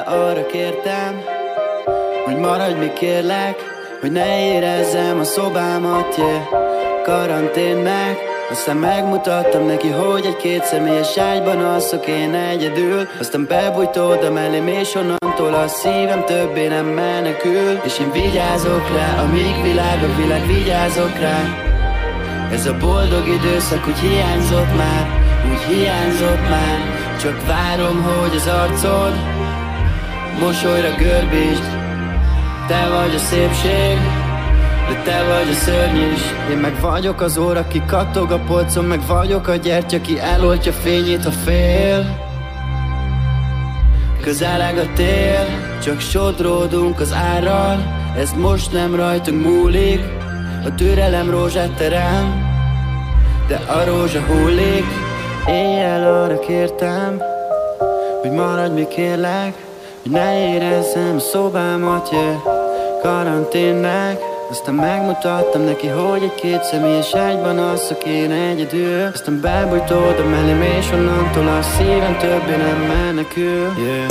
arra kértem, hogy maradj még kérlek, hogy ne érezzem a szobámat, yeah. Karanténnek, aztán megmutattam neki, hogy egy kétszemélyes ágyban alszok én egyedül. Aztán bebújt oda mellém, és onnantól a szívem többé nem menekül. És én vigyázok rá, amíg világ a világ, vigyázok rá. Ez a boldog időszak úgy hiányzott már, úgy hiányzott már. Csak várom, hogy az arcod mosolyra görbítsd. Te vagy a szépség, de te vagy a szörny is. Én meg vagyok az óra, ki kattog a polcon, meg vagyok a gyertya, ki eloltja fényét, ha fél. Közeleg a tél, csak sodródunk az árral. Ez most nem rajtunk múlik, a türelem rózsát terem, de a rózsa hullik. Éjjel arra kértem, hogy maradj még kérlek, hogy ne érezzem a szobámat, yeah. Karanténnek, aztán megmutattam neki, hogy egy kétszemélyes ágyban alszok én egyedül. Aztán bebújt oda mellém, és onnantól a szívem többé nem menekül, yeah.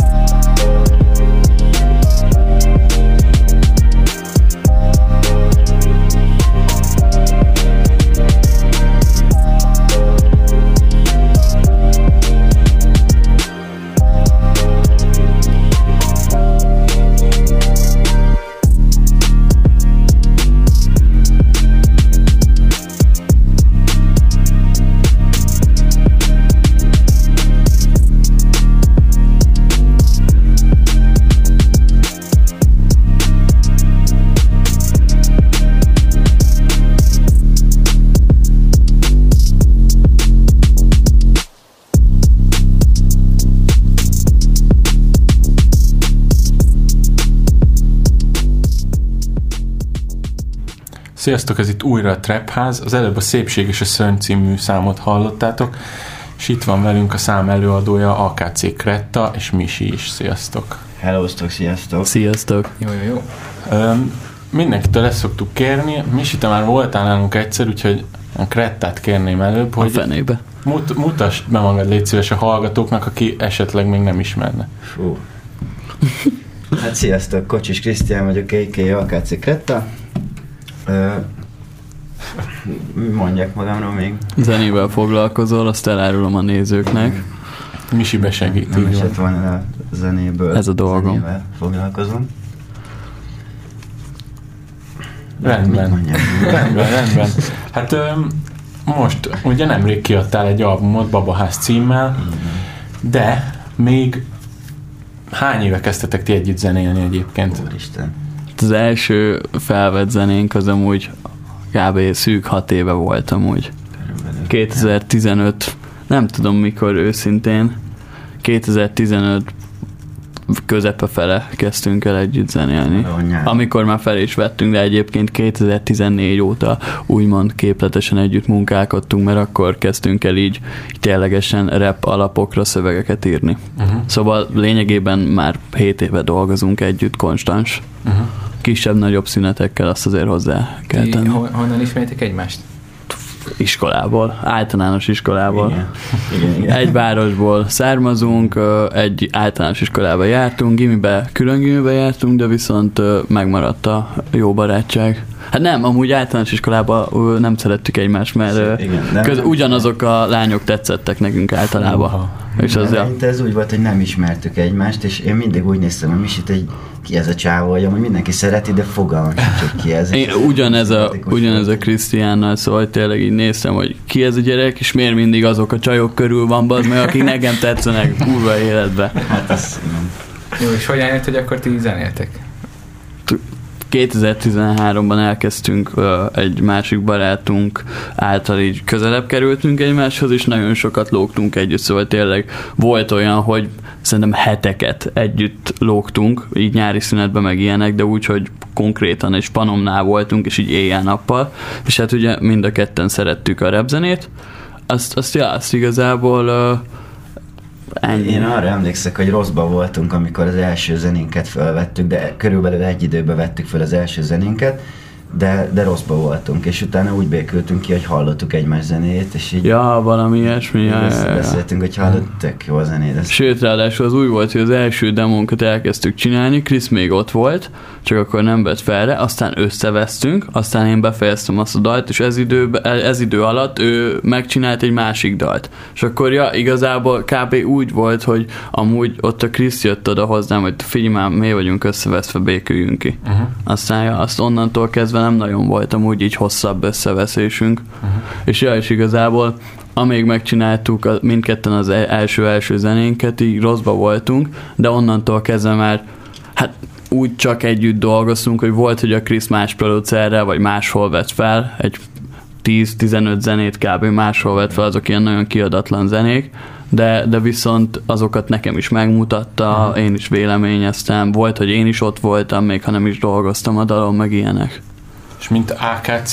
Sziasztok, ez itt újra a Trap Ház. Az előbb a Szépség és a Szörny című számot hallottátok, és itt van velünk a szám előadója, AKC Kretta és Misi is. Sziasztok! Hellóztok, sziasztok! Sziasztok! Jó. Mindenkitől ezt szoktuk kérni. Misi, te már voltál nálunk egyszer, úgyhogy a Krettát kérném előbb, hogy a fenébe. Mutasd be magad, légy szíves a hallgatóknak, aki esetleg még nem ismerne. Fú. Hát sziasztok, Kocsis Krisztián vagyok, a.k.a. AKC Kretta. Mondják magamról még. Zenével foglalkozol, azt elárulom a nézőknek. Misi besegít. Nem eset van a zenéből. Ez a dolgom. Zenével foglalkozom. Rendben. Hát most ugye nemrég kiadtál egy albumot Babaház címmel, de még hány éve kezdtetek ti együtt zenélni egyébként? Úristen. Az első felvett zenénk az amúgy kb. Szűk 6 éve volt amúgy. 2015, nem tudom mikor őszintén, 2015 közepe fele kezdtünk el együtt zenélni. Amikor már fel is vettünk, de egyébként 2014 óta úgymond képletesen együtt munkálkodtunk, mert akkor kezdtünk el így ténylegesen rap alapokra szövegeket írni. Szóval lényegében már 7 éve dolgozunk együtt konstans. Kisebb-nagyobb szünetekkel, azt azért hozzá kell tenni. Honnan ismertek egymást? Iskolából, általános iskolából. Igen. Egy városból származunk, egy általános iskolába jártunk, külön gimibe jártunk, de viszont megmaradt a jó barátság. Hát nem, amúgy általános iskolában nem szerettük egymást, mert ugyanazok a lányok tetszettek nekünk általában. És ez úgy volt, hogy nem ismertük egymást, és én mindig úgy néztem a Misit, hogy ki ez a csávó, hogy amúgy mindenki szereti, de fogalmam sincs, ki ez. Én ugyanez a Krisztiánnal, szóval tényleg így néztem, hogy ki ez a gyerek, és miért mindig azok a csajok körül van, bazd meg, akik nekem tetszenek kurva életbe. Hát az... Jó, és hogyan jött, hogy akkor ti zenéltek? 2013-ban elkezdtünk egy másik barátunk által így közelebb kerültünk egymáshoz, és nagyon sokat lógtunk együtt, szóval tényleg volt olyan, hogy szerintem heteket együtt lógtunk, így nyári szünetben meg ilyenek, de úgy, hogy konkrétan és Panomnál voltunk, és így éjjel-nappal, és hát ugye mind a ketten szerettük a rapzenét, azt igazából ennyi. Én arra emlékszek, hogy rosszban voltunk, amikor az első zenénket felvettük, de körülbelül egy időben vettük fel az első zenénket, de rosszba voltunk, és utána úgy békültünk ki, hogy hallottuk egymás zenét, és így valami ilyesmi. beszéltünk, hogy hallott tök jó a zenét. Sőt, ráadásul az úgy volt, hogy az első demónkat elkezdtük csinálni, Krisz még ott csak akkor nem vett felre, aztán összevesztünk, aztán én befejeztem azt a dalt, és ez idő alatt ő megcsinált egy másik dalt. És akkor igazából kb. Úgy volt, hogy amúgy ott a Krisz jött oda hozzám, hogy figyelj már, mi vagyunk összeveszve, béküljünk ki. Aztán azt onnantól kezdve nem nagyon volt amúgy így hosszabb összeveszésünk. És igazából amíg megcsináltuk mindketten az első zenénket, így rosszba voltunk, de onnantól kezdve már úgy csak együtt dolgoztunk, hogy volt, hogy a Krisz más producerrel, vagy máshol vett fel, egy 10-15 zenét kb. Máshol vett fel, azok ilyen nagyon kiadatlan zenék, de viszont azokat nekem is megmutatta, én is véleményeztem, volt, hogy én is ott voltam, még ha nem is dolgoztam a dalon, meg ilyenek. És mint AKC,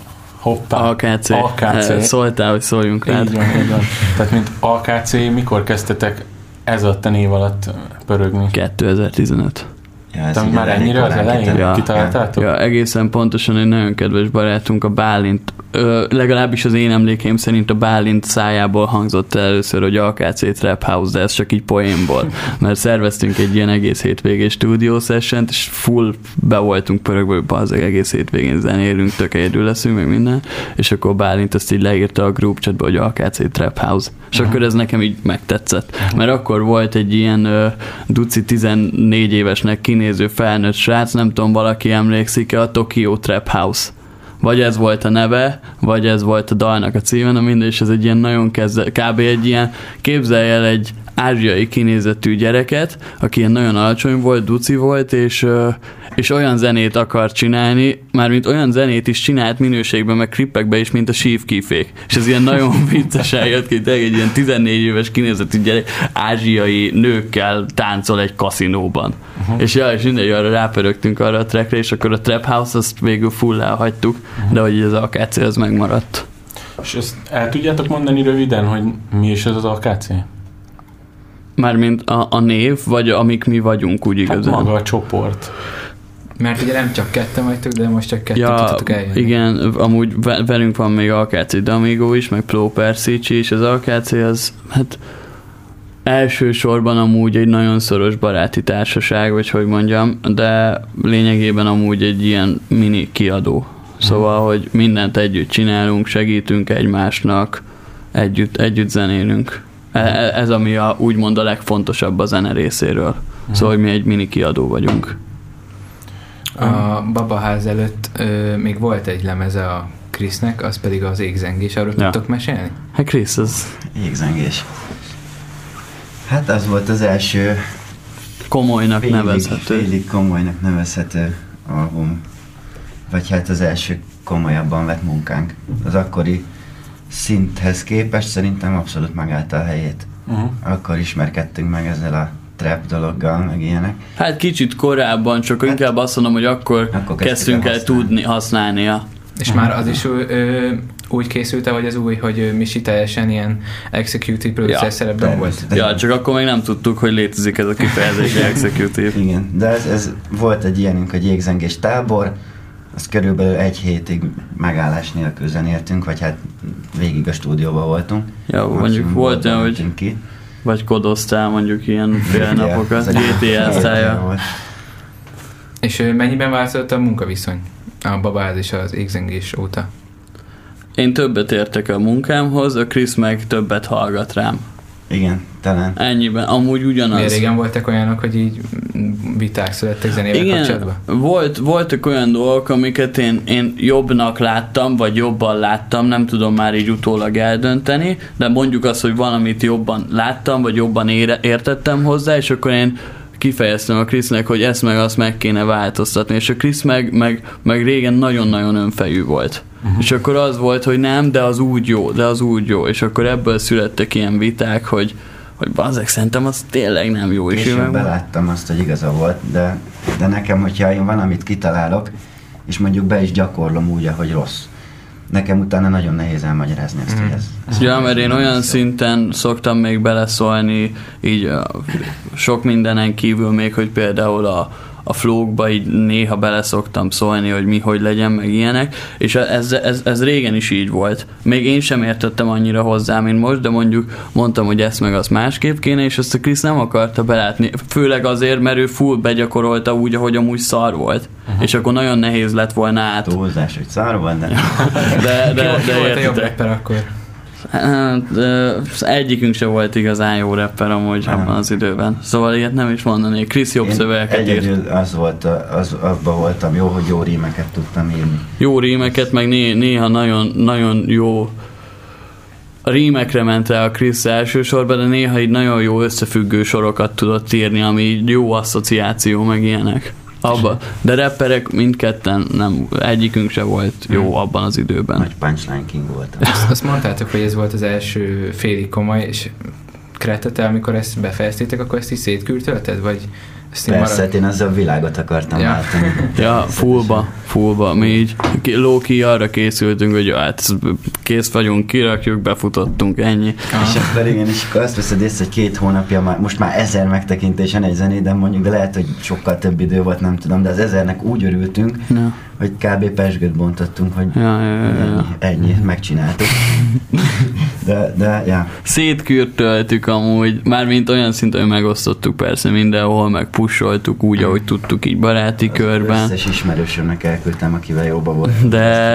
AKC. Szóltál, hogy szóljunk rá. Így van. Tehát mint AKC, mikor kezdtetek ez alatt a név alatt pörögni? 2015. Ja, már ennyire az elején kitaláltátok? Ja, egészen pontosan egy nagyon kedves barátunk, a Bálint, legalábbis az én emlékeim szerint a Bálint szájából hangzott először, hogy AKC Trap House, de ez csak így poénból, mert szerveztünk egy ilyen egész hétvégés stúdió sessiont, és full be voltunk pörögve, az egész hétvégén zenélünk, tök egyedül leszünk, meg minden, és akkor Bálint azt így leírta a group chatba, hogy AKC Trap House. És akkor ez nekem így megtetszett. Mert akkor volt egy ilyen duci 14 évesnek kinéző felnőtt srác, nem tudom, valaki emlékszik-e, a Tokyo Trap House. Vagy ez volt a neve, vagy ez volt a dalnak a címe, na mindegy, és ez egy ilyen nagyon kb. Egy ilyen, képzelj el egy ázsiai kinézetű gyereket, aki ilyen nagyon alacsony volt, duci volt, és olyan zenét akar csinálni, mármint olyan zenét is csinált minőségben, meg klippekben is, mint a Sív Kifék. És ez ilyen nagyon viccesen jött ki, egy ilyen 14 éves kinézetű gyerek ázsiai nőkkel táncol egy kaszinóban. És mindegy, arra rápörögtünk arra a trackre, és akkor a Trap House azt végül full elhagytuk, de hogy az AKC az megmaradt. És ezt el tudjátok mondani röviden, hogy mi is ez az AKC? Mármint a név, vagy amik mi vagyunk úgy igazán. Maga a csoport. Mert ugye nem csak ketten vagytok, de most csak ketten tudtok eljönni. Igen, amúgy velünk van még AKC Damigo is, meg Pro Persicsi, és az AKC az, elsősorban amúgy egy nagyon szoros baráti társaság, vagy hogy mondjam, de lényegében amúgy egy ilyen mini kiadó. Szóval, hogy mindent együtt csinálunk, segítünk egymásnak, együtt zenélünk. Ez ami úgymond a legfontosabb a zene részéről. Szóval, hogy mi egy mini kiadó vagyunk. A Babaház előtt még volt egy lemeze a Krisznek, az pedig az Égzengés. Arról tudtok mesélni? Krisz, az... Égzengés. Az volt az első komolynak nevezhető. Félig komolynak nevezhető album. Vagy az első komolyabban vett munkánk. Az akkori szinthez képest szerintem abszolút megállta a helyét. Akkor ismerkedtünk meg ezzel a trap dologgal, meg ilyenek. Kicsit korábban, csak inkább azt mondom, hogy akkor kezdtünk el tudni használnia. És már az is úgy készült-e, vagy az új, hogy Misi teljesen ilyen executive producer szerepben volt? Csak akkor még nem tudtuk, hogy létezik ez a kifejezés, executive. Igen, de ez volt egy ilyenünk, hogy Égzengés tábor, az körülbelül egy hétig megállás nélkül zenéltünk, vagy végig a stúdióban voltunk. Mondjuk volt olyan, hogy ki. Vagy kodoztál mondjuk ilyen fél napokat, GTL-szája. És mennyiben változott a munkaviszony a Babaház és az Égzengés óta? Én többet értek a munkámhoz, a Krisz meg többet hallgat rám. Igen, talán. Ennyiben, amúgy ugyanaz. Miért régen voltak olyanok, hogy így viták születtek zenével kapcsolatban? Voltak olyan dolgok, amiket én jobbnak láttam, vagy jobban láttam, nem tudom már így utólag eldönteni, de mondjuk azt, hogy valamit jobban láttam, vagy jobban értettem hozzá, és akkor én kifejeztem a Krisznek, hogy ezt meg azt meg kéne változtatni, és a Krisz meg régen nagyon-nagyon önfejű volt. És akkor az volt, hogy nem, de az úgy jó, és akkor ebből születtek ilyen viták, hogy bazzeg, szerintem az tényleg nem jó. Később beláttam azt, hogy igaza volt, de nekem, hogyha én valamit kitalálok, és mondjuk be is gyakorlom úgy, ahogy rossz, nekem utána nagyon nehéz elmagyarázni ezt, hogy ez mert én olyan szinten szoktam még beleszólni, így sok mindenen kívül még, hogy például a flókba így néha beleszoktam szólni, hogy mi hogy legyen, meg ilyenek, és ez régen is így volt. Még én sem értettem annyira hozzá, mint most, de mondjuk mondtam, hogy ezt meg azt másképp kéne, és ezt a Krisz nem akarta belátni. Főleg azért, mert ő full begyakorolta úgy, ahogy amúgy szar volt. És akkor nagyon nehéz lett volna át. Túlzás, hogy szar volt, de... Ki volt a jobb rapper akkor? Egyikünk se volt igazán jó rapper amúgy abban az időben. Szóval ilyet nem is mondanék. Krisz jobb szövegeket írt. Egyedül abban voltam jó, hogy jó rímeket tudtam írni. Jó rímeket, meg néha nagyon, nagyon jó rímekre ment el a Krisz elsősorban, de néha így nagyon jó összefüggő sorokat tudott írni, ami jó asszociáció, meg ilyenek. De rapperek mindketten nem, egyikünk se volt jó abban az időben. Nagy punchline king volt. Azt mondtátok, hogy ez volt az első félig komoly, és Kretta, amikor ezt befejeztétek, akkor ezt is szétküldtölted, vagy ezt persze, én ezzel a világot akartam látni. Ja, fullba. Mi így low-key arra készültünk, hogy hát kész vagyunk, kirakjuk, befutottunk, ennyi. És akkor igen, és akkor azt veszed észre, hogy 2 hónapja most már 1000 megtekintésen egy zenéden mondjuk, de lehet, hogy sokkal több idő volt, nem tudom, de az 1000-nek úgy örültünk, hogy kb. Pezsgőt bontottunk, hogy ennyi, megcsináltuk. De. Szétkürtöltük amúgy, mármint olyan szinten, hogy megosztottuk persze mindenhol, meg pusoltuk úgy, ahogy tudtuk így baráti körben. Összes ismerősömnek elküldtem, akivel jóba volt.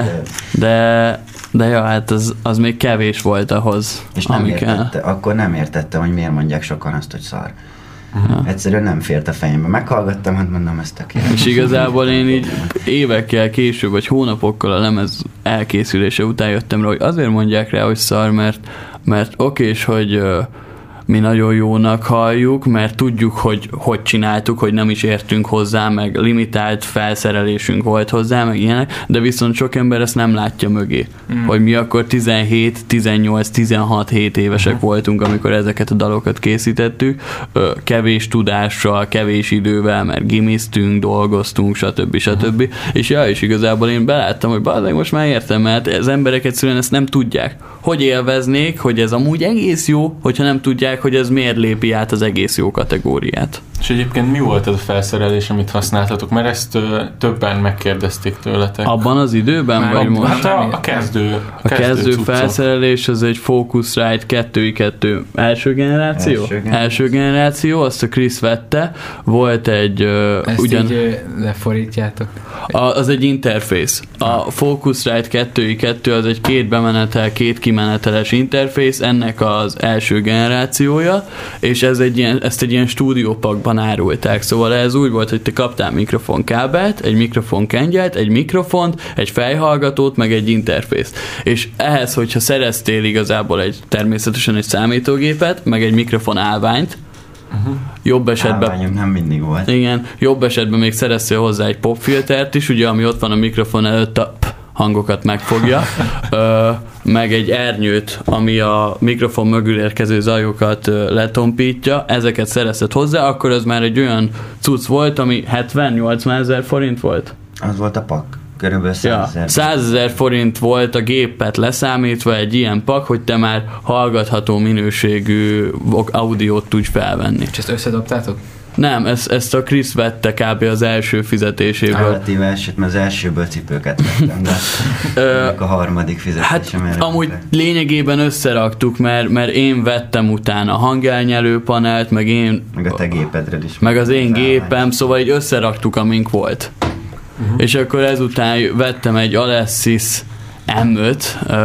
De ja, hát az még kevés volt ahhoz, és akkor nem értettem, hogy miért mondják sokan azt, hogy szar. Egyszerűen nem fért a fejembe. Meghallgattam, hát mondom, ezt a kérdést. És igazából én így évekkel később, vagy hónapokkal a lemez elkészülése után jöttem rá, hogy azért mondják rá, hogy szar, mert okés, hogy mi nagyon jónak halljuk, mert tudjuk, hogy csináltuk, hogy nem is értünk hozzá, meg limitált felszerelésünk volt hozzá, meg ilyenek, de viszont sok ember ezt nem látja mögé. Hogy mi akkor 17, 18, 16, 7 évesek voltunk, amikor ezeket a dalokat készítettük, kevés tudással, kevés idővel, mert gimiztünk, dolgoztunk, stb. És igazából én beláttam, hogy bazdmeg most már értem, mert az emberek egyszerűen ezt nem tudják. Hogy élveznék, hogy ez amúgy egész jó, hogyha nem tudják, hogy ez miért lépi át az egész jó kategóriát. És egyébként mi volt az a felszerelés, amit használtatok? Mert ezt többen megkérdezték tőletek. Abban az időben? Már vagy most? Hát a kezdő felszerelés az egy Focusrite 2i2 első generáció? Első generáció, azt a Krisz vette. Volt egy... Ezt így lefordítjátok? Az egy interfész. A Focusrite 2i2 az egy 2 bemenetel, 2 kimeneteles interfész, ennek az első generációja, és ezt egy ilyen stúdiópakban árulták. Szóval ez úgy volt, hogy te kaptál mikrofonkábelt, egy mikrofonkengyelt, egy mikrofont, egy fejhallgatót, meg egy interfészt. És ehhez, hogyha szereztél igazából természetesen egy számítógépet, meg egy mikrofon állványt, jobb esetben... Állványunk nem mindig volt. Igen, jobb esetben még szereztél hozzá egy popfiltert is, ugye, ami ott van a mikrofon előtt, a hangokat megfogja, meg egy ernyőt, ami a mikrofon mögül érkező zajokat letompítja, ezeket szerezted hozzá, akkor ez már egy olyan cucc volt, ami 70-80 ezer forint volt. Az volt a pak. Körülbelül 100 000. 100 000 forint volt a gépet leszámítva egy ilyen pak, hogy te már hallgatható minőségű audiót tudj felvenni. És ezt összedobtátok? Nem, ezt a Krisz vette kb. Az első fizetéséből. Relatíve elsőt, mert az elsőből cipőket vettem, de a harmadik fizetésem. Hát amúgy lényegében összeraktuk, mert én vettem utána a hangelnyelő panelt, meg a te gépedről is. Meg az én gépem, szóval így összeraktuk, amink volt. És akkor ezután vettem egy Alessis M5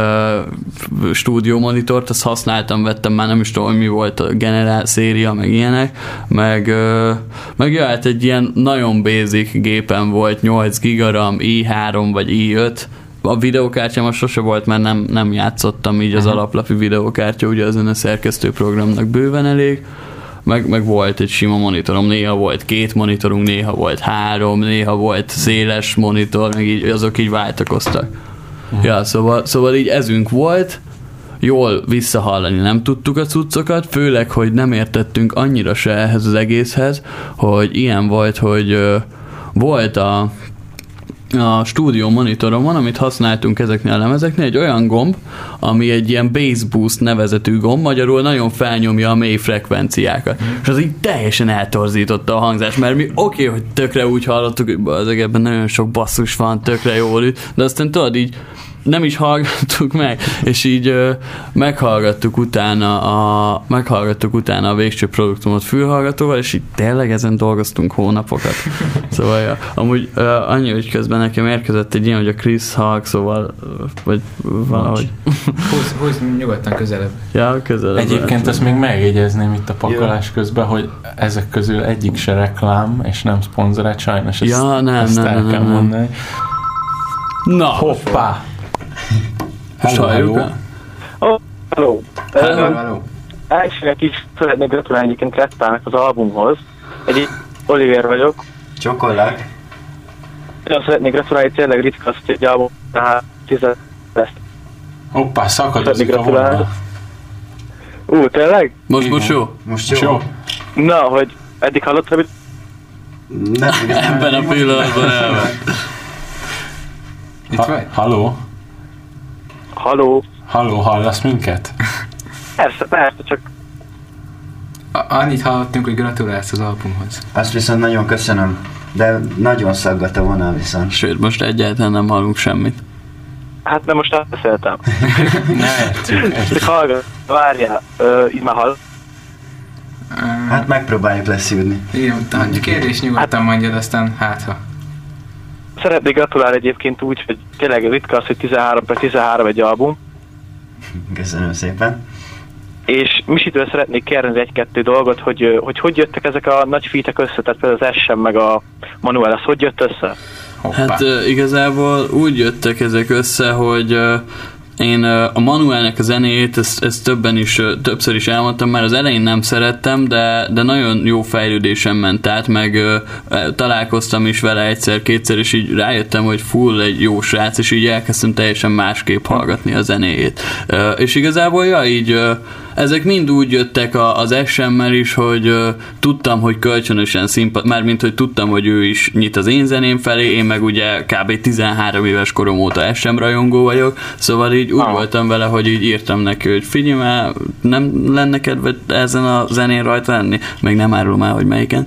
stúdiómonitort, azt használtam, vettem, már nem is tudom, hogy mi volt a generál széria, meg ilyenek, meg jöhet egy ilyen nagyon basic gépem volt, 8 GB RAM, i3 vagy i5, a videokártyám az sose volt, mert nem játszottam így az alaplapú videokártya, ugye az a szerkesztő programnak bőven elég, meg volt egy sima monitorom, néha volt 2 monitorunk, néha volt 3, néha volt széles monitor, meg így, azok így váltakoztak. Ja, szóval így ezünk volt, jól visszahallani nem tudtuk a cuccokat, főleg, hogy nem értettünk annyira se ehhez az egészhez, hogy ilyen volt, hogy volt a stúdió monitoron, amit használtunk ezeknél a lemezeknél, egy olyan gomb, ami egy ilyen bass boost nevezetű gomb, magyarul nagyon felnyomja a mély frekvenciákat. És az így teljesen eltorzította a hangzást, mert mi oké, hogy tökre úgy hallottuk, hogy ebben nagyon sok basszus van, tökre jól üt, de aztán tudod így nem is hallgattuk meg, és így meghallgattuk utána a végső produktumot fülhallgatóval, és így tényleg ezen dolgoztunk hónapokat. Szóval amúgy annyi, hogy közben nekem érkezett egy ilyen, hogy a Chris Hulk, szóval vagy valahogy. Húzz nyugodtan közelebb. Ja, közelebb. Egyébként ezt még megjegyezném itt a pakolás közben, hogy ezek közül egyik se reklám, és nem szponzorált, sajnos ezt, el kell mondani. Na, hoppá! Halló. Hello. Hello. Elsőnek is szeretnék gratulálni egyébként Krettának az albumhoz. Oliver vagyok. Csokolák. Nagyon szeretnék gratulálni, tényleg ritka azt egy album, tehát 10 lesz. Hoppá, szakadozik a vonal. Tényleg? Most jó? Most jó. Na, hogy eddig hallottad, amit? Ebben a pillanatban elment. Itt vagy? Halló? Halló, hallasz minket? Persze, csak... Annyit hallottunk, hogy gratulálsz az albumhoz. Azt viszont nagyon köszönöm, de nagyon szaggat a vonal viszont. Sőt, most egyáltalán nem hallunk semmit. Hát nem most elbeszéltem. Ne értjük. Csak hallgat, várjál, így már hall. Hát megpróbáljuk leszűrni. Igen, kérdés nyugodtan mondjad, aztán ha. Szeretnék gratulálni egyébként úgy, hogy tényleg ritka az, hogy 13/13 egy album. Köszönöm szépen. És Misitől szeretnék kérdezni egy-kettő dolgot, hogy jöttek ezek a nagy featek össze, tehát például az SM meg a Manuel, az hogy jött össze? Hoppá. Hát igazából úgy jöttek ezek össze, hogy én a Manuelnek a zenéjét, ezt többször is elmondtam, már az elején nem szerettem, de nagyon jó fejlődésen ment át, meg találkoztam is vele egyszer-kétszer, és így rájöttem, hogy full egy jó srác, és így elkezdtem teljesen másképp hallgatni a zenéjét. És igazából így ezek mind úgy jöttek az SM-mel is, hogy tudtam, hogy kölcsönösen mármint, hogy tudtam, hogy ő is nyit az én zeném felé, én meg ugye kb. 13 éves korom óta SM rajongó vagyok, szóval így úgy voltam vele, hogy így írtam neki, hogy figyelj már, nem lenne kedved ezen a zenén rajta lenni? Még nem árulom el, hogy melyiken.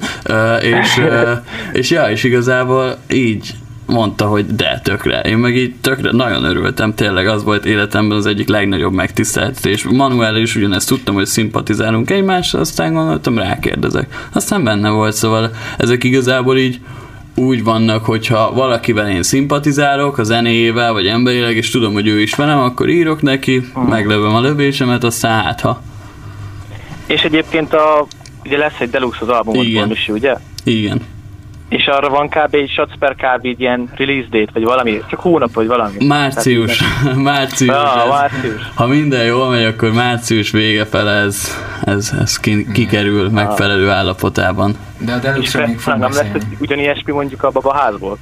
És igazából így mondta, hogy de tökre. Én meg így tökre nagyon örültem, tényleg az volt életemben az egyik legnagyobb megtiszteltetés. Manuel is ugyanezt tudtam, hogy szimpatizálunk egymással, aztán gondoltam, rákérdezek. Aztán benne volt, szóval ezek igazából így úgy vannak, hogyha valakivel én szimpatizálok a zenéjével, vagy emberileg, és tudom, hogy ő is velem, akkor írok neki, meglövöm a lövésemet, aztán hátha. És egyébként ugye lesz egy deluxe az albumodból is, ugye? Igen. És arra van kb. Egy shots per kb. Egy release date, vagy valami, csak hónap, vagy valami. Március. Március. Ha minden jól megy, akkor március vége fele ez kikerül megfelelő állapotában. De a deluxe még fog beszélni. Nem lesz ugyanilyesmi mondjuk a babaházból?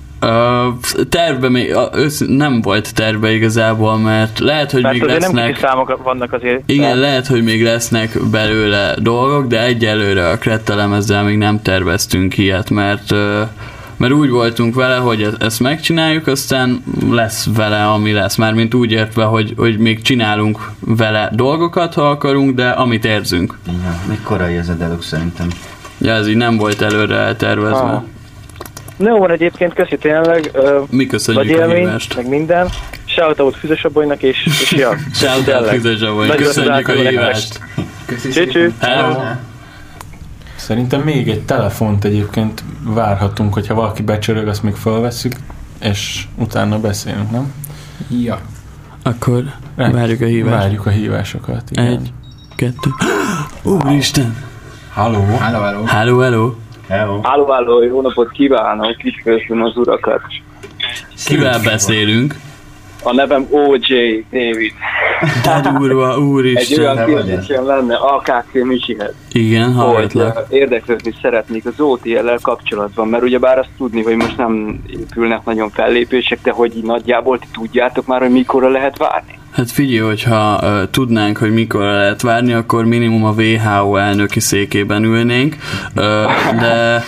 Tervbe még nem volt tervbe igazából, mert lehet, hogy még lesznek... nem kicsi számok vannak azért. Igen, lehet, hogy még lesznek belőle dolgok, de egyelőre a Kretta lemezzel még nem terveztünk ilyet, mert úgy voltunk vele, hogy ezt megcsináljuk, aztán lesz vele, ami lesz. Mármint úgy értve, hogy még csinálunk vele dolgokat, ha akarunk, de amit érzünk. Igen, még korai ez a deluxe szerintem. Ja, ez így nem volt előre eltervezve. Jó van egyébként, köszi tényleg. Mi köszönjük a hívást. Meg minden. Shoutout Füzesabolynak és ja. Shoutout Füzesabolynak. Köszönjük a hívást. Köszönjük. Szerintem még egy telefont egyébként várhatunk, hogyha valaki becsörög, azt még felvesszük, és utána beszélünk, nem? Ja. Akkor várjuk a hívást. Várjuk a hívásokat, igen. 1, 2. Úristen! Halló! Halló! Halló! Halló, jó napot kívánok, üdvözlöm az urakat. Kivel beszélünk? A nevem OJ David. De durva, úristen. Egy olyan kérdésem lenne AKC Misihez. Igen, hallgatlak. Érdeklődni szeretnék az OTL-lel kapcsolatban, mert ugyebár azt tudni, hogy most nem épülnek nagyon fellépések, de hogy nagyjából ti tudjátok már, hogy mikorra lehet várni? Hát figyelj, hogyha tudnánk, hogy mikor lehet várni, akkor minimum a WHO elnöki székében ülnénk, de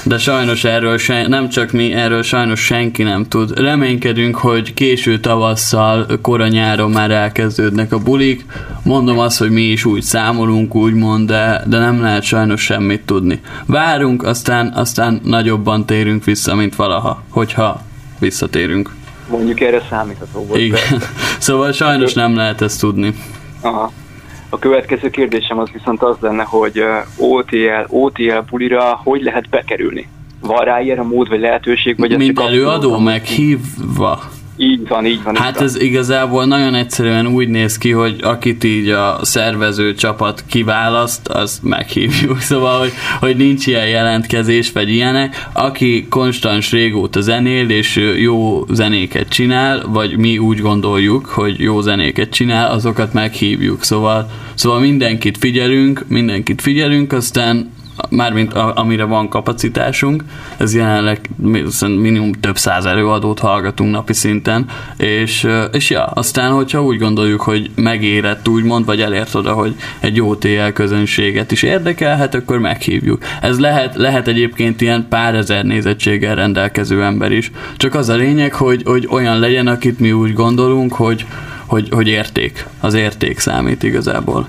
De sajnos erről nem csak mi, erről sajnos senki nem tud. Reménykedünk, hogy késő tavasszal, kora nyáron már elkezdődnek a bulik. Mondom azt, hogy mi is úgy számolunk, úgymond, de nem lehet sajnos semmit tudni. Várunk, aztán nagyobban térünk vissza, mint valaha, hogyha visszatérünk. Mondjuk erre számítható volt. Igen. Szóval sajnos nem lehet ezt tudni. Aha. A következő kérdésem az viszont az lenne, hogy OTL bulira hogy lehet bekerülni? Van rá ilyen a mód vagy lehetőség? Vagy mint előadó meghívva? Így van. Hát ez igazából nagyon egyszerűen úgy néz ki, hogy akit így a szervező csapat kiválaszt, azt meghívjuk. Szóval, hogy nincs ilyen jelentkezés, vagy ilyenek. Aki konstans régóta zenél, és jó zenéket csinál, vagy mi úgy gondoljuk, hogy jó zenéket csinál, azokat meghívjuk. Szóval mindenkit figyelünk, aztán mármint amire van kapacitásunk, ez jelenleg minimum több száz előadót hallgatunk napi szinten, és aztán, hogyha úgy gondoljuk, hogy megérett úgymond, vagy elért oda, hogy egy OTL közönséget is érdekelhet, akkor meghívjuk. Ez lehet egyébként ilyen pár ezer nézettséggel rendelkező ember is. Csak az a lényeg, hogy olyan legyen, akit mi úgy gondolunk, hogy érték. Az érték számít igazából.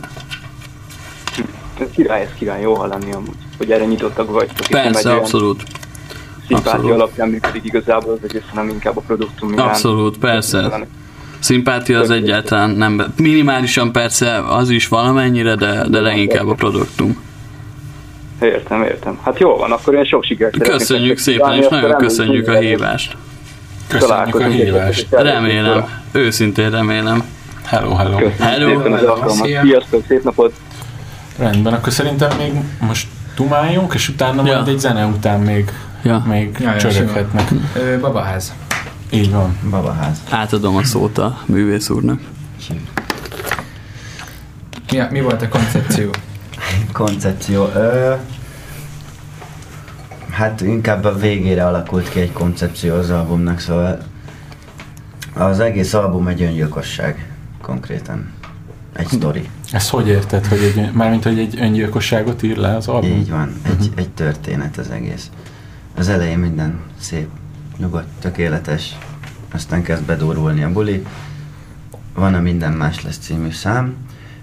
Ez király, jó hallani amúgy, hogy erre nyitottak vagytok. Persze, abszolút. Szimpátia alapján működik igazából az egész, hanem inkább a produktum. Abszolút, persze. Szimpátia az egyáltalán nem. Minimálisan persze az is valamennyire, de leginkább a produktum. Értem. Hát jó van, akkor én sok sikert szeretnék. Köszönjük szépen, és nagyon köszönjük a hívást. Köszönjük a hívást. Remélem, őszintén remélem. Hello. Sziasztok, szép napot. Rendben, akkor szerintem még most tumáljunk, és utána majd egy zene után még csöröghetnek. Babaház. Így van. Babaház. Átadom a szót a művész úrnak. Mi volt a koncepció? Hát inkább a végére alakult ki egy koncepció az albumnak, szóval az egész album egy öngyilkosság konkrétan. Egy sztori. Ezt hogy érted? Mármint, hogy egy öngyilkosságot ír le az album? Így van. Egy történet az egész. Az elején minden szép, nyugodt, tökéletes, aztán kezd bedurulni a buli. Van a Minden más lesz című szám.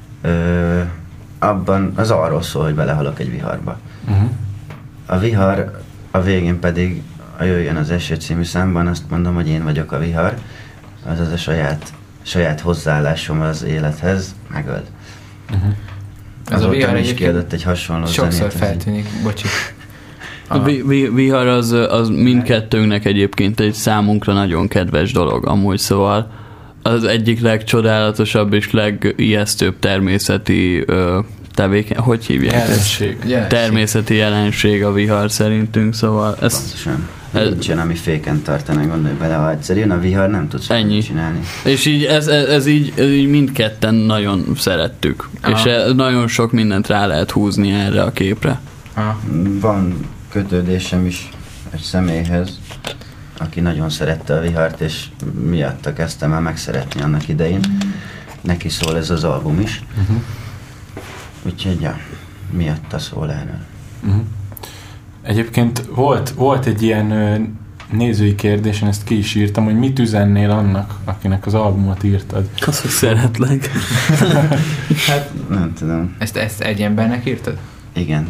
Abban az arról szól, hogy belehalok egy viharba. A vihar, a végén pedig a Jöjjön az eső című számban azt mondom, hogy én vagyok a vihar. Azaz a saját hozzáállásom az élethez megöl. Ez a vihar is kiadott egy hasonló sokszor zenét. Sokszor feltűnik, bocsi. A vihar az mindkettőnknek egyébként egy számunkra nagyon kedves dolog amúgy, szóval az egyik legcsodálatosabb és legijesztőbb természeti hogy hívják? Természeti jelenség a vihar szerintünk, szóval nincsen, ami féken tartana, gondolj bele, ha egyszerűen a vihar nem tudsz csinálni. És így ez így mindketten nagyon szerettük. Aha. És nagyon sok mindent rá lehet húzni erre a képre. Aha. Van kötődésem is egy személyhez, aki nagyon szerette a vihart, és miatta kezdtem el megszeretni annak idején. Neki szól ez az album is. Úgyhogy miatta szól erről. Egyébként volt egy ilyen nézői kérdés, én ezt ki is írtam, hogy mit üzennél annak, akinek az albumot írtad? Az, hogy szeretlek. Hát nem tudom. Ezt egy embernek írtad? Igen.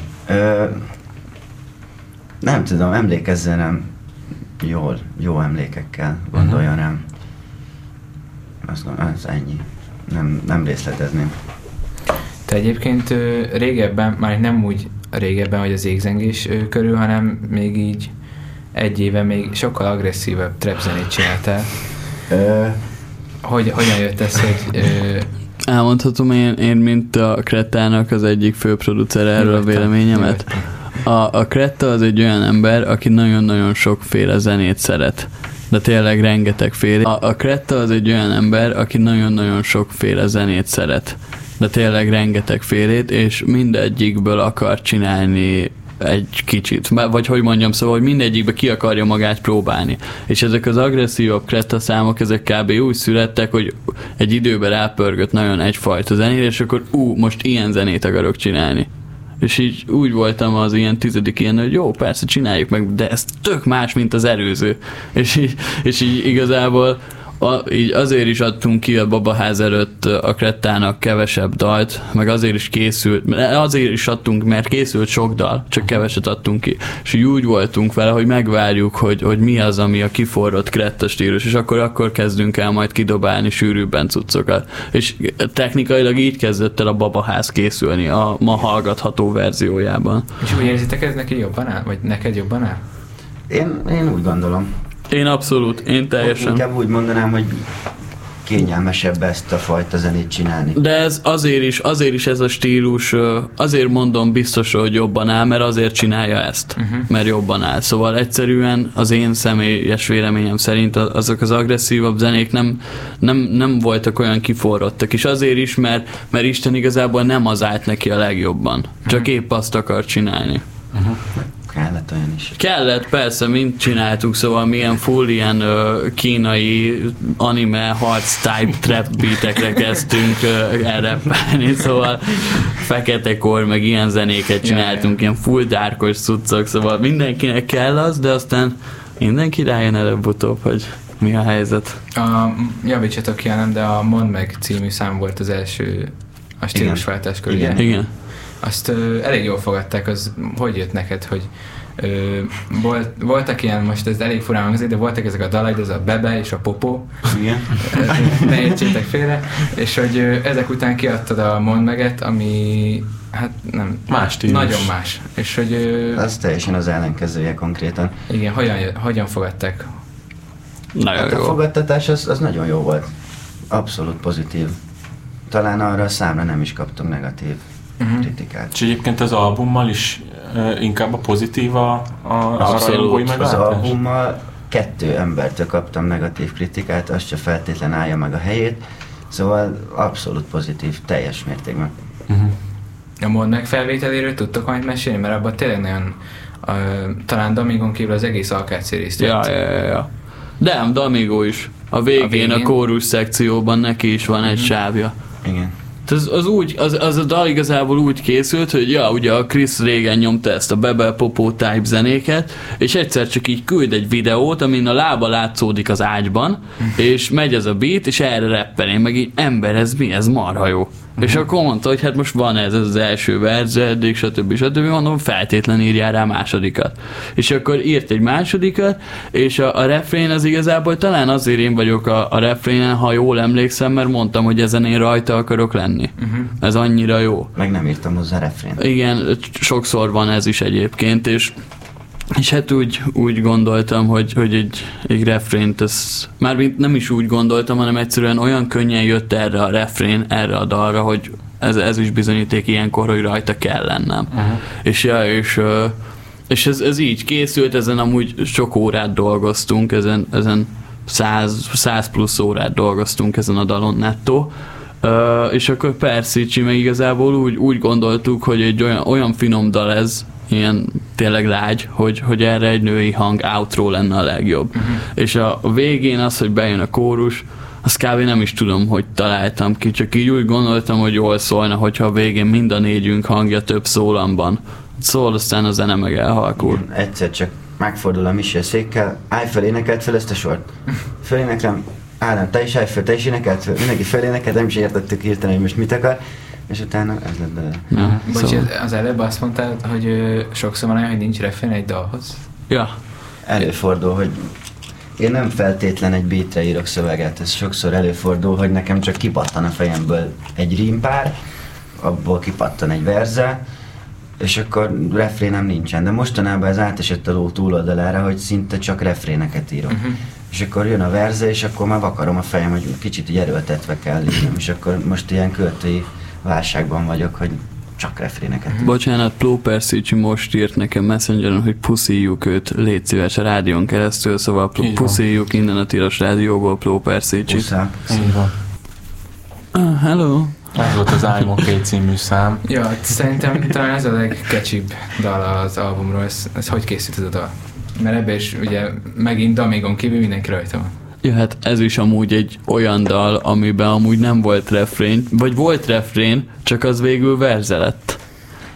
Nem tudom, emlékezzen rám jó emlékekkel, gondoljon rám. Azt gondolom, ez ennyi. Nem részletezném. Te egyébként régebben, már nem úgy régebben, hogy az égzengés körül, hanem még így egy éve még sokkal agresszívebb trap zenét csináltál. Hogyan jött ez, hogy... Elmondhatom én, mint a Krettának az egyik főproducer erről a véleményemet. A Kretta az egy olyan ember, aki nagyon-nagyon sokféle zenét szeret. De tényleg rengetegféle. A Kretta az egy olyan ember, aki nagyon-nagyon sokféle zenét szeret. De tényleg rengetegfélét, és mindegyikből akar csinálni egy kicsit. Vagy hogy mondjam, szóval, hogy mindegyikbe ki akarja magát próbálni. És ezek az agresszívabb Kretta számok, ezek kb. Úgy születtek, hogy egy időben rápörgött nagyon egyfajta zenére, és akkor most ilyen zenét akarok csinálni. És így úgy voltam az ilyen 10. ilyen, hogy jó, persze csináljuk meg, de ez tök más, mint az előző. És így igazából így azért is adtunk ki a Babaház előtt a Krettának kevesebb dalt, meg azért is készült, azért is adtunk, mert készült sok dal, csak keveset adtunk ki. És úgy voltunk vele, hogy megvárjuk, hogy mi az, ami a kiforrott Kretta stílus, és akkor kezdünk el majd kidobálni sűrűbben cuccokat. És technikailag így kezdett el a Babaház készülni a ma hallgatható verziójában. És úgy érzitek, ez neki jobban áll? Vagy neked jobban áll? Én úgy gondolom. Én abszolút, én teljesen. Inkább úgy mondanám, hogy kényelmesebb ezt a fajta zenét csinálni. De ez azért is ez a stílus, azért mondom biztos, hogy jobban áll, mert azért csinálja ezt, mert jobban áll. Szóval egyszerűen az én személyes véleményem szerint azok az agresszívabb zenék nem voltak olyan kiforrottak, és azért is, mert Isten igazából nem az állt neki a legjobban, csak épp azt akar csinálni. Kellett olyan is. Kellett, persze, mind csináltuk, szóval milyen full ilyen kínai anime harc type trap beatekre kezdtünk elreppelni, szóval feketekor, meg ilyen zenéket csináltunk, ilyen full darkos cuccok, szóval mindenkinek kell az, de aztán mindenki rájön előbb-utóbb, hogy mi a helyzet. Javítsatok ki, nem, de a Mondd meg című szám volt az első a stílusváltás körül. Igen. Azt elég jól fogadták, az hogy jött neked, hogy voltak ilyen, most ez elég furán hangzik, de voltak ezek a dalai, ez a bebe és a popó. Igen. Ne értsétek félre. És hogy ezek után kiadtad a Mondd Meget, ami hát nem, más stílus. Nagyon más. És hogy az teljesen az ellenkezője konkrétan. Igen, hogyan fogadták? Nagyon hát jó. A fogadtatás az nagyon jó volt. Abszolút pozitív. Talán arra a számra nem is kaptunk negatív kritikát. És egyébként az albummal is inkább a pozitív a rajongói meglátás? Az albummal 2 embertől kaptam negatív kritikát, az se feltétlen állja meg a helyét, szóval abszolút pozitív, teljes mértékben. A Mondd Meg felvételéről tudtok majd mesélni, mert abban tényleg nagyon talán Damigon kívül az egész AKC részt vett. Ja. De Damigo is. A végén a kórus szekcióban neki is van egy sávja. Igen. Az a dal igazából úgy készült, hogy ugye a Chris régen nyomta ezt a Bebe Popó type zenéket, és egyszer csak így küld egy videót, amin a lába látszódik az ágyban, és megy ez a beat, és erre rappel, én meg így, ember, ez mi? Ez marha jó. És akkor mondta, hogy hát most van ez az első verze, eddig, stb. Mondom, feltétlen írjál rá másodikat. És akkor írt egy másodikat, és a refrén az igazából talán azért én vagyok a refrénen, ha jól emlékszem, mert mondtam, hogy ezen én rajta akarok lenni. Ez annyira jó. Meg nem írtam hozzá refrént. Igen, sokszor van ez is egyébként, és hát úgy gondoltam, hogy egy refrént, mármint nem is úgy gondoltam, hanem egyszerűen olyan könnyen jött erre a refrén, erre a dalra, hogy ez is bizonyíték ilyenkor, hogy rajta kell lennem. És ez így készült, ezen amúgy sok órát dolgoztunk, ezen 100 plusz órát dolgoztunk ezen a dalon nettó. És akkor Persicsi meg igazából úgy gondoltuk, hogy egy olyan finom dal ez, ilyen tényleg lágy, hogy erre egy női hang outro lenne a legjobb. És a végén az, hogy bejön a kórus, azt kb. Nem is tudom, hogy találtam ki, csak így úgy gondoltam, hogy jól szólna, hogyha a végén mind a négyünk hangja több szólamban szól, aztán a zene meg elhalkul. Igen, egyszer csak megfordul a Michel székkel, állj fel, énekelt fel ezt a sort. Föléneklem, Ádám, te is állj fel, te is énekelt fel, mindenki fölénekelt, nem is értettük hirtelen, hogy most mit akar. És utána ez lett belőle. Ja, Bocs, az előbb azt mondtad, hogy sokszor van olyan, hogy nincs refrén egy dalhoz. Ja. Előfordul, hogy én nem feltétlen egy beatre írok szöveget, ez sokszor előfordul, hogy nekem csak kipattan a fejemből egy rímpár, abból kipattan egy verze, és akkor refrénem nincsen. De mostanában ez átesett a ló túloldalára, hogy szinte csak refréneket írok. És akkor jön a verze, és akkor már vakarom a fejem, hogy kicsit így erőltetve kell írnom, és akkor most ilyen költői válságban vagyok, hogy csak refréneket. Bocsánat, Pló Persicsi most írt nekem Messengeren, hogy puszíjuk őt, légy szíves a rádión keresztül, szóval puszíjuk innen a Tilos Rádióból Pló Persicsit. Puszál. Hello! Ez volt az I'm OK című szám. Ja, szerintem talán ez a legkecsibb dal az albumról. Ez hogy készült ez a dal? Mert ebben is ugye megint Damigon kívül mindenki rajta van. Ja, hát ez is amúgy egy olyan dal, amiben amúgy nem volt refrén, vagy volt refrén, csak az végül verze lett.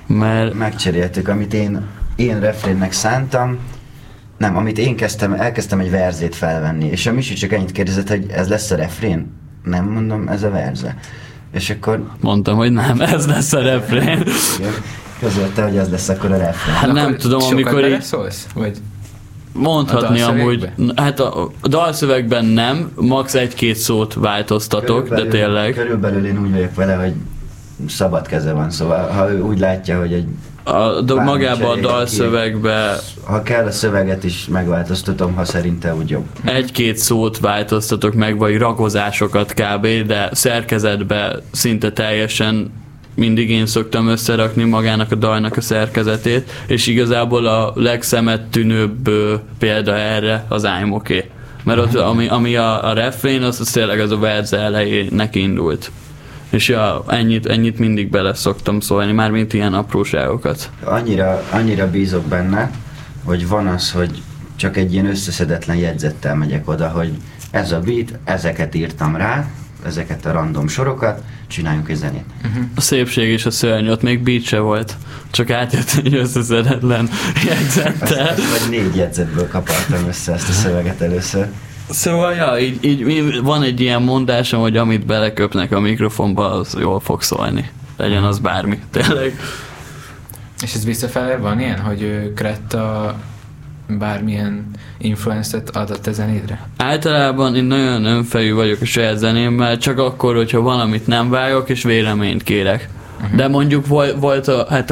Mert megcseréltük, amit én refrénnek szántam, nem, amit én elkezdtem egy verzét felvenni, és a Misi csak ennyit kérdezett, hogy ez lesz a refrén? Nem, mondom, ez a verze. És akkor... Mondtam, hogy nem, ez lesz a refrén. Közölte, hogy ez lesz akkor a refrén. Hát nem tudom, amikor így... szólsz? Vagy mondhatni amúgy, hát a dalszövegben nem, max. 1-2 szót változtatok, de tényleg. Körülbelül én úgy vagyok vele, hogy szabad keze van, szóval ha ő úgy látja, hogy egy magában a dalszövegbe... Ha kell, a szöveget is megváltoztatom, ha szerinte úgy jobb. 1-2 szót változtatok meg, vagy ragozásokat kb., de szerkezetbe szinte teljesen mindig én szoktam összerakni magának a dalnak a szerkezetét, és igazából a legszemettűnőbb példa erre az I'm okay. Mert ott, ami a refrén, az tényleg az a verze elejének indult. És ja, ennyit mindig bele szoktam szólni, mármint ilyen apróságokat. Annyira bízok benne, hogy van az, hogy csak egy ilyen összeszedetlen jegyzettel megyek oda, hogy ez a beat, ezeket írtam rá, ezeket a random sorokat, csináljunk egy zenét. A szépség és a szörny, ott még beat se volt, csak átjött egy összeszedetlen jegyzettel. Vagy 4 jegyzetből kapartam össze ezt a szöveget először. Szóval, ja, így van egy ilyen mondásom, hogy amit beleköpnek a mikrofonba, az jól fog szólni. Legyen az bármi, tényleg. És ez visszafelé van ilyen, hogy Kretta bármilyen influencet adott a zenédre? Általában én nagyon önfejű vagyok a saját zenémmel, csak akkor, hogyha valamit nem vágok, és véleményt kérek. De mondjuk volt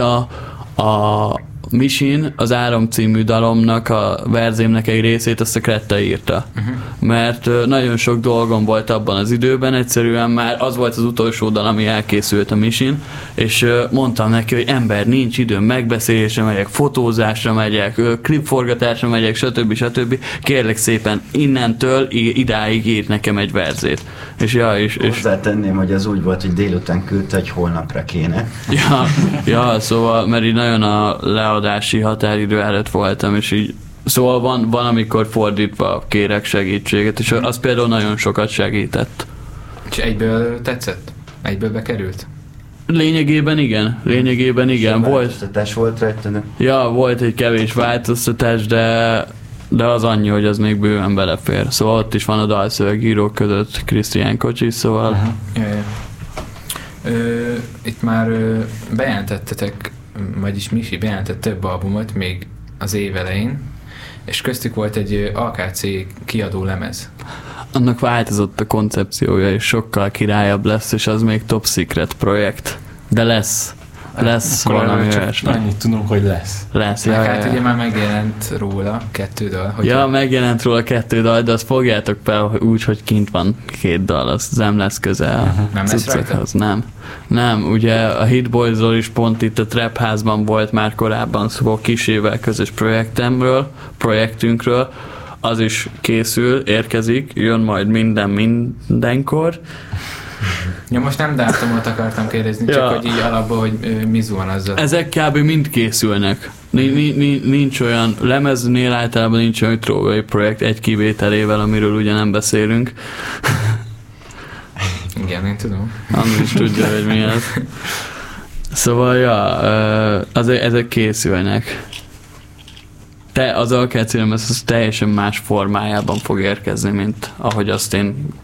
a Misin, az Áram című dalomnak, a verzémnek egy részét azt a Kretta írta. Mert nagyon sok dolgom volt abban az időben, egyszerűen már az volt az utolsó dal, ami elkészült a Misin, és mondtam neki, hogy ember, nincs időm, megbeszélésre megyek, fotózásra megyek, klipforgatásra megyek, stb. Kérlek szépen, innentől idáig írt nekem egy verzét. És hozzátenném, hogy az úgy volt, hogy délután küldte, hogy holnapra kéne. Ja, szóval, mert így nagyon a leadási határidő előtt voltam, és így szóval van amikor fordítva kérek segítséget, és az például nagyon sokat segített. És egyből tetszett? Egyből bekerült? Lényegében igen. Változtatás volt rajta? Ja, volt egy kevés változtatás, de az annyi, hogy az még bőven belefér. Szóval ott is van a dalszövegírók között Krisztián Kocsis, szóval... Itt már bejelentettetek, vagyis Misi bejelentett több albumot még az év elején, és köztük volt egy AKC kiadó lemez. Annak változott a koncepciója, és sokkal királyabb lesz, és az még top secret projekt. De lesz valami olyasmi. Annyit tudunk, hogy lesz. Hát ugye már megjelent róla 2 dal. Ja, megjelent róla 2 dal, de azt fogjátok fel úgy, hogy kint van 2 dal, az nem lesz közel. Nem lesz rajta? Nem, ugye a Hit Boys-ról is pont itt a Trap házban volt már korábban szó Kisével közös projektünkről, az is készül, érkezik, jön majd mindenkor. Ja, most nem dátumot akartam kérdezni, csak hogy így alapból, hogy mi van azzal. Ezek kb. Mind készülnek. Nincs olyan, lemeznél általában nincs olyan throwaway projekt egy kivételével, amiről ugye nem beszélünk. Igen, én tudom. Andris is tudja, hogy mi ez. Szóval, ezek készülnek. Az AKC lemez az teljesen más formájában fog érkezni, mint ahogy azt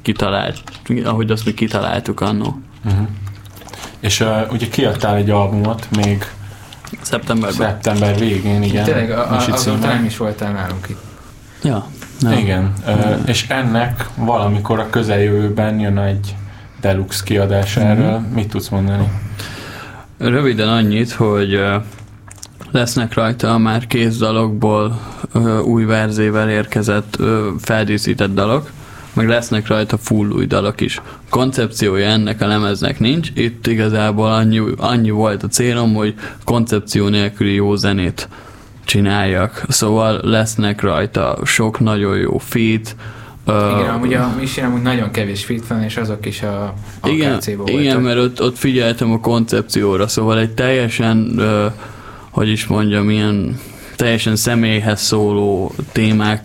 mi kitaláltuk annó. És ugye kiadtál egy albumot még szeptember végén, igen. Tényleg, azóta nem is voltál nálunk itt. Ja. Igen, és ennek valamikor a közeljövőben jön egy deluxe kiadás erről. Mit tudsz mondani? Röviden annyit, hogy lesznek rajta már kész dalokból új verzével érkezett feldíszített dalok, meg lesznek rajta full új dalok is. Koncepciója ennek a lemeznek nincs, itt igazából annyi volt a célom, hogy koncepció nélküli jó zenét csináljak. Szóval lesznek rajta sok nagyon jó feat. Igen, amúgy a Misi amúgy nagyon kevés feat van, és azok is a AKC-ból voltak. Igen, mert ott figyeltem a koncepcióra, szóval egy teljesen hogy is mondjam, ilyen teljesen személyhez szóló témák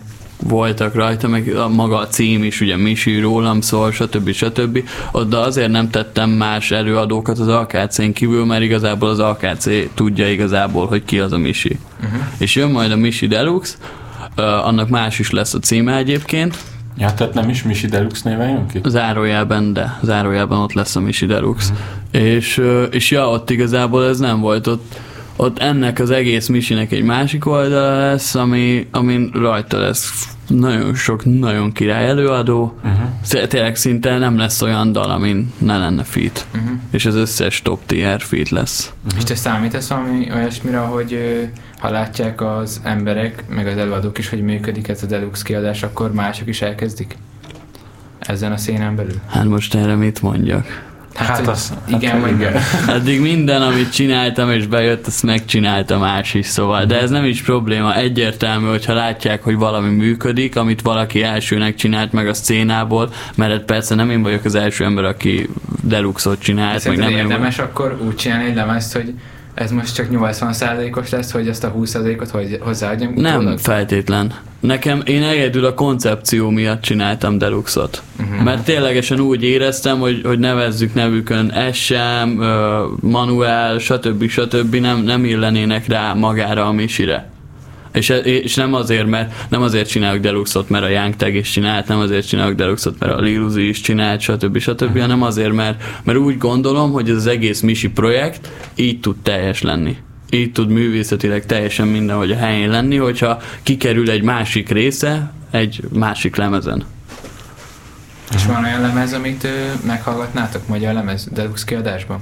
voltak rajta, meg maga a cím is, ugye Misi, rólam szól, stb. Oda azért nem tettem más előadókat az AKC-n kívül, mert igazából az AKC tudja igazából, hogy ki az a Misi. És jön majd a Misi Deluxe, annak más is lesz a címe egyébként. Ja, tehát nem is Misi Deluxe néven jön ki? Zárójában ott lesz a Misi Deluxe. És ja, ott igazából ez nem volt, ott ennek az egész Misinek egy másik oldala lesz, amin rajta lesz nagyon sok, nagyon király előadó. Tényleg szinte nem lesz olyan dal, amin ne lenne feat. És az összes top tier feat lesz. És te számítasz valami olyasmire, hogy ha látják az emberek, meg az előadók is, hogy működik ez a Deluxe kiadás, akkor mások is elkezdik? Ezen a szénen belül? Hát most erre mit mondjak? Igen, vagy igen. Eddig minden, amit csináltam és bejött, azt megcsinálta más is, szóval. De ez nem is probléma. Egyértelmű, hogyha látják, hogy valami működik, amit valaki elsőnek csinált meg a szcénából, mert persze nem én vagyok az első ember, aki Deluxe-ot csinált. Meg nem érdemes akkor úgy csinálni egy lemezt, hogy ez most csak 80%-os lesz, hogy ezt a 20%-ot hozzáadjam? Nem feltétlen. Én egyedül a koncepció miatt csináltam Deluxe-ot. Mert ténylegesen úgy éreztem, hogy nevezzük nevükön SM, Manuel, stb. Nem illenének rá magára a Misire. És nem azért csinálok Deluxe-ot, mert a Young Tag is csinált, nem azért csinálok Deluxe-ot, mert a Lil Uzi is csinált, stb. Hanem azért, mert úgy gondolom, hogy ez az egész Misi projekt így tud teljes lenni. Így tud művészetileg teljesen mindenhogy a helyén lenni, hogyha kikerül egy másik része egy másik lemezen. És van olyan lemez, amit meghallgatnátok magyar lemez Deluxe kiadásban?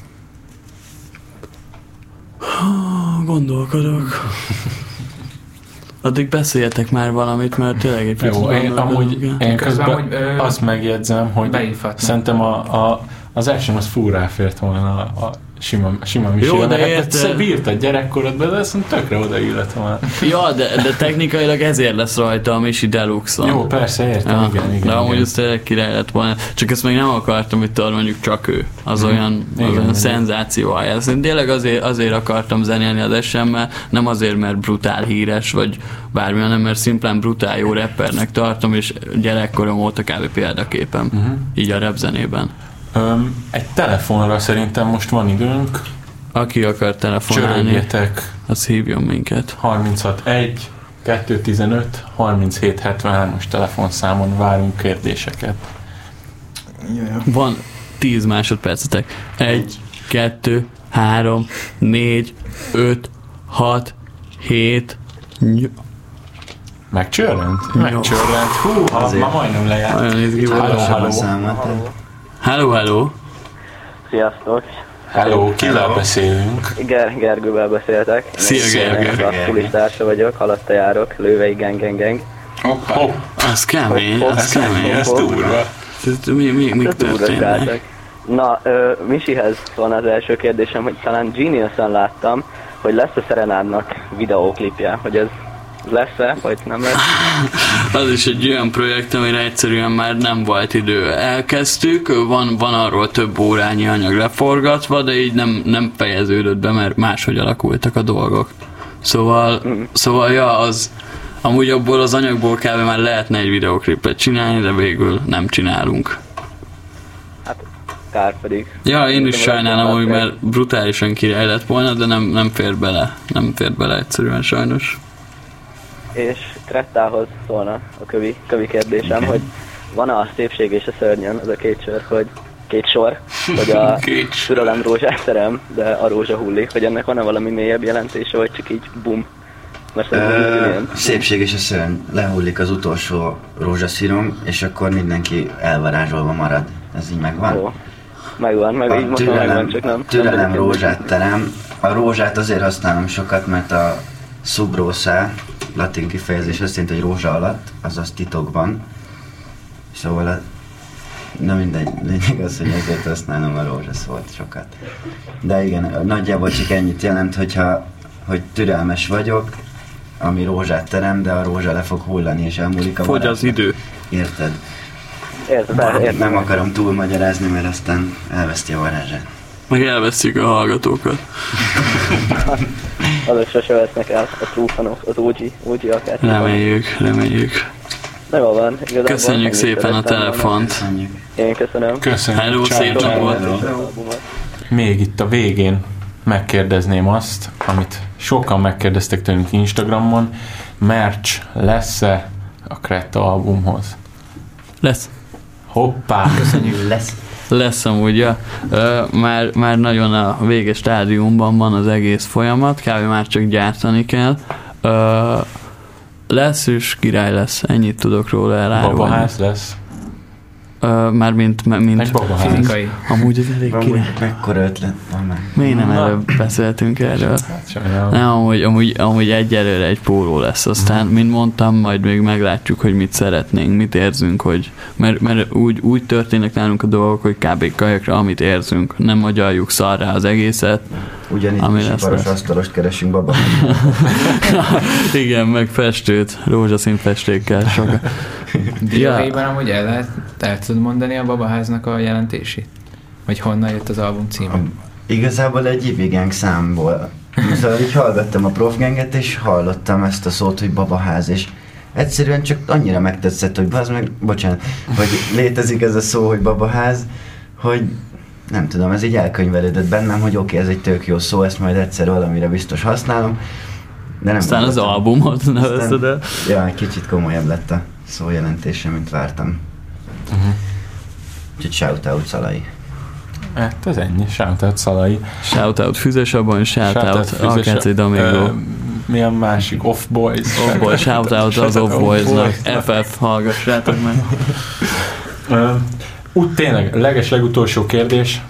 Gondolkodok. Addig beszéljetek már valamit, mert tényleg egy picit... Jó, én közben azt megjegyzem, hogy szerintem az első az full ráfért volna a sima Misi. Jó, de érted. Bírtad gyerekkorodban, de azt tökre odaillett volna. Ja, de technikailag ezért lesz rajta a Misi Deluxe-on. Jó, persze, értem, ja, igen. De amúgy az tényleg király lett volna. Csak ezt még nem akartam, hogy mondjuk csak ő. Az olyan szenzáció helyez. Én tényleg azért akartam zenélni az SM-mel, nem azért, mert brutál híres, vagy bármi, hanem mert szimplán brutál jó rappernek tartom, és gyerekkorom óta kb. Példaképem. Így a rap zenében. Egy telefonra szerintem most van időnk. Aki akar telefonálni, csörögjetek. Az hívjon minket. 361 215 37 73-as telefonszámon várunk kérdéseket. Van 10 másodpercetek. 1, 2, 3, 4, 5, 6, 7, 8. Megcsörrent? Hú, ma majdnem lejárt. Hello. Sziasztok. Hello, kivel beszélünk? Gergővel beszéltek. Szia, Gergő. A kulistársa vagyok, halatta járok, Lővei gang. Hoppá. Az kemény. Ez durva. Mi történnek? Na, Misihez van az első kérdésem, hogy talán Genius-en láttam, hogy lesz a Serenádnak videóklipje, hogy ez lesz-e, vagy nem lesz? Az is egy olyan projekt, amire egyszerűen már nem volt idő. Elkezdtük, van arról több órányi anyag leforgatva, de így nem fejeződött be, mert máshogy alakultak a dolgok. Szóval ja, amúgy abból az anyagból kb. Már lehetne egy videóklipet csinálni, de végül nem csinálunk. Hát, kár pedig. Ja, én is sajnálom, hogy mert brutálisan király lett volna, de nem fér bele. Nem fér bele egyszerűen sajnos. És Krettához szólna a kövi kérdésem, hogy van-e a Szépség és a Szörnyen, az a két sor, hogy a türelem rózsát terem, de a rózsa hullik, hogy ennek van-e valami mélyebb jelentése, vagy csak így bum? Szépség és a Szörny, lehullik az utolsó rózsaszírom, és akkor mindenki elvarázsolva marad. Ez így megvan? Ó, megvan, így most megvan, csak nem. Türelem rózsát terem. A rózsát azért használom sokat, mert a sub rosa, latin kifejezés azt jelenti, hogy rózsa alatt, azaz titokban. Szóval na mindegy, lényeg az, hogy ezért használom a rózsaszót sokat. De igen, nagyjából csak ennyit jelent, hogy türelmes vagyok, ami rózsát terem, de a rózsa le fog hullani és elmúlik a fogy az idő. Érted? Nem akarom túlmagyarázni, mert aztán elveszti a varázsát. Meg elveszünk a hallgatókat. Azok sose vesznek el a trúfanok, az OG akár. Reméljük. Na jól van. Igazából köszönjük szépen a telefont. Én köszönöm. Hello, szép napot. Még itt a végén megkérdezném azt, amit sokan megkérdeztek tőlünk Instagramon, merch lesz-e a Kretta albumhoz? Lesz. Hoppá! Köszönjük, Lesz amúgy, ja. Már nagyon a véges stádiumban van az egész folyamat, kb. Már csak gyártani kell. Lesz és király lesz, ennyit tudok róla elárulni. Babaház lesz? Mint fizikai. Amúgy ez elég király. Mekkora ötlet van már? Miért nem előbb beszéltünk erről? Nem, amúgy egyelőre egy póló lesz. Aztán, mint mondtam, majd még meglátjuk, hogy mit szeretnénk, mit érzünk, hogy mert úgy történnek nálunk a dolgok, hogy kb. Kajakra, amit érzünk. Nem agyaljuk szarrá az egészet. Ugyanígy siparos asztalost keresünk, baba. Igen, meg festőt, rózsaszín festékkel sokat. Dióhéjban amúgy el tudod mondani a babaháznak a jelentését? Vagy honnan jött az album címe? Igazából egy Ivy számból. Szóval így hallgattam a Profganget, és hallottam ezt a szót, hogy babaház, és egyszerűen csak annyira megtetszett, hogy hogy létezik ez a szó, hogy babaház, hogy nem tudom, ez így elkönyvelődött bennem, hogy oké, ez egy tök jó szó, ezt majd egyszer valamire biztos használom. De nem aztán az albumot nevezted el. Ja, egy kicsit komolyabb lett a szó jelentése, mint vártam. Úgyhogy shoutout Szalai. Hát ez ennyi, shoutout Szalai. Shoutout Füzesabban, shoutout Alkáci Domingo. Mi a másik? Off Boys. Shoutout az Off Boysnak. FF, hallgassátok meg. Úgy tényleg, legutolsó kérdés.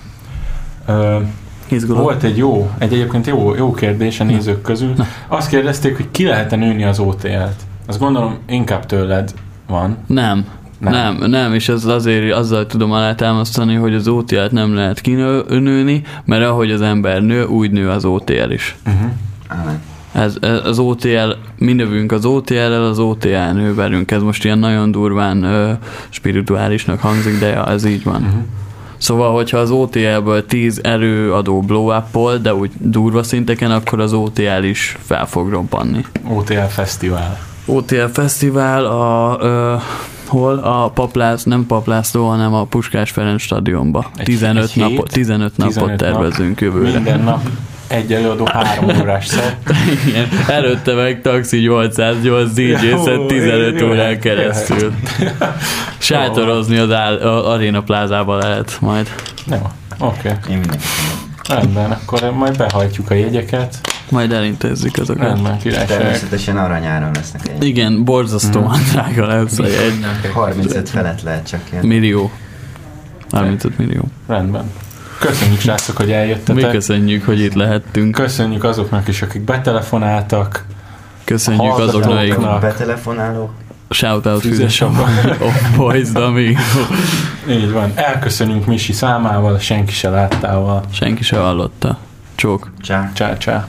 Volt egy egyébként jó kérdés a nézők közül. Azt kérdezték, hogy ki lehet nőni az OTL-t. Azt gondolom inkább tőled van. Nem, és ez azért azzal tudom alátámasztani, hogy az OTL-t nem lehet kinőni, mert ahogy az ember nő, úgy nő az OTL is. Ez az OTL, mi növünk az OTL-el, az OTL nő velünk. Ez most ilyen nagyon durván spirituálisnak hangzik, de ez így van. Szóval, hogyha az OTL-ből 10 előadó blow-up-ol, de úgy durva szinteken, akkor az OTL is fel fog robbanni. OTL Fesztivál. OTL Fesztivál hol? A nem Paplászló, hanem a Puskás Ferenc stadionba. 15 napot tervezünk jövőre. Minden nap egy előadó 3 órás szett. Igen. Előtte meg Taxi 808 DJ-szett 15 órán keresztül. Sátorozni az Arena Plázában lehet majd. Jó, oké. Rendben, akkor majd behajtjuk a jegyeket. Majd elintézzük azokat. Rendben, királyság. Természetesen aranyáron lesznek egy. Igen, borzasztóan drága lesz a jegy. 35 felett lehet csak ilyen. Millió. 35 millió. Rendben. Köszönjük, srácok, hogy eljöttetek. Mi köszönjük, hogy itt lehettünk. Köszönjük azoknak is, akik betelefonáltak. Köszönjük azoknak, akik betelefonálók. Shoutout Füzesabban. Off Boys Domingo. Így van. Elköszönünk Misi számával, senki se láttával. Senki se hallotta. Csók. Csá. Csá.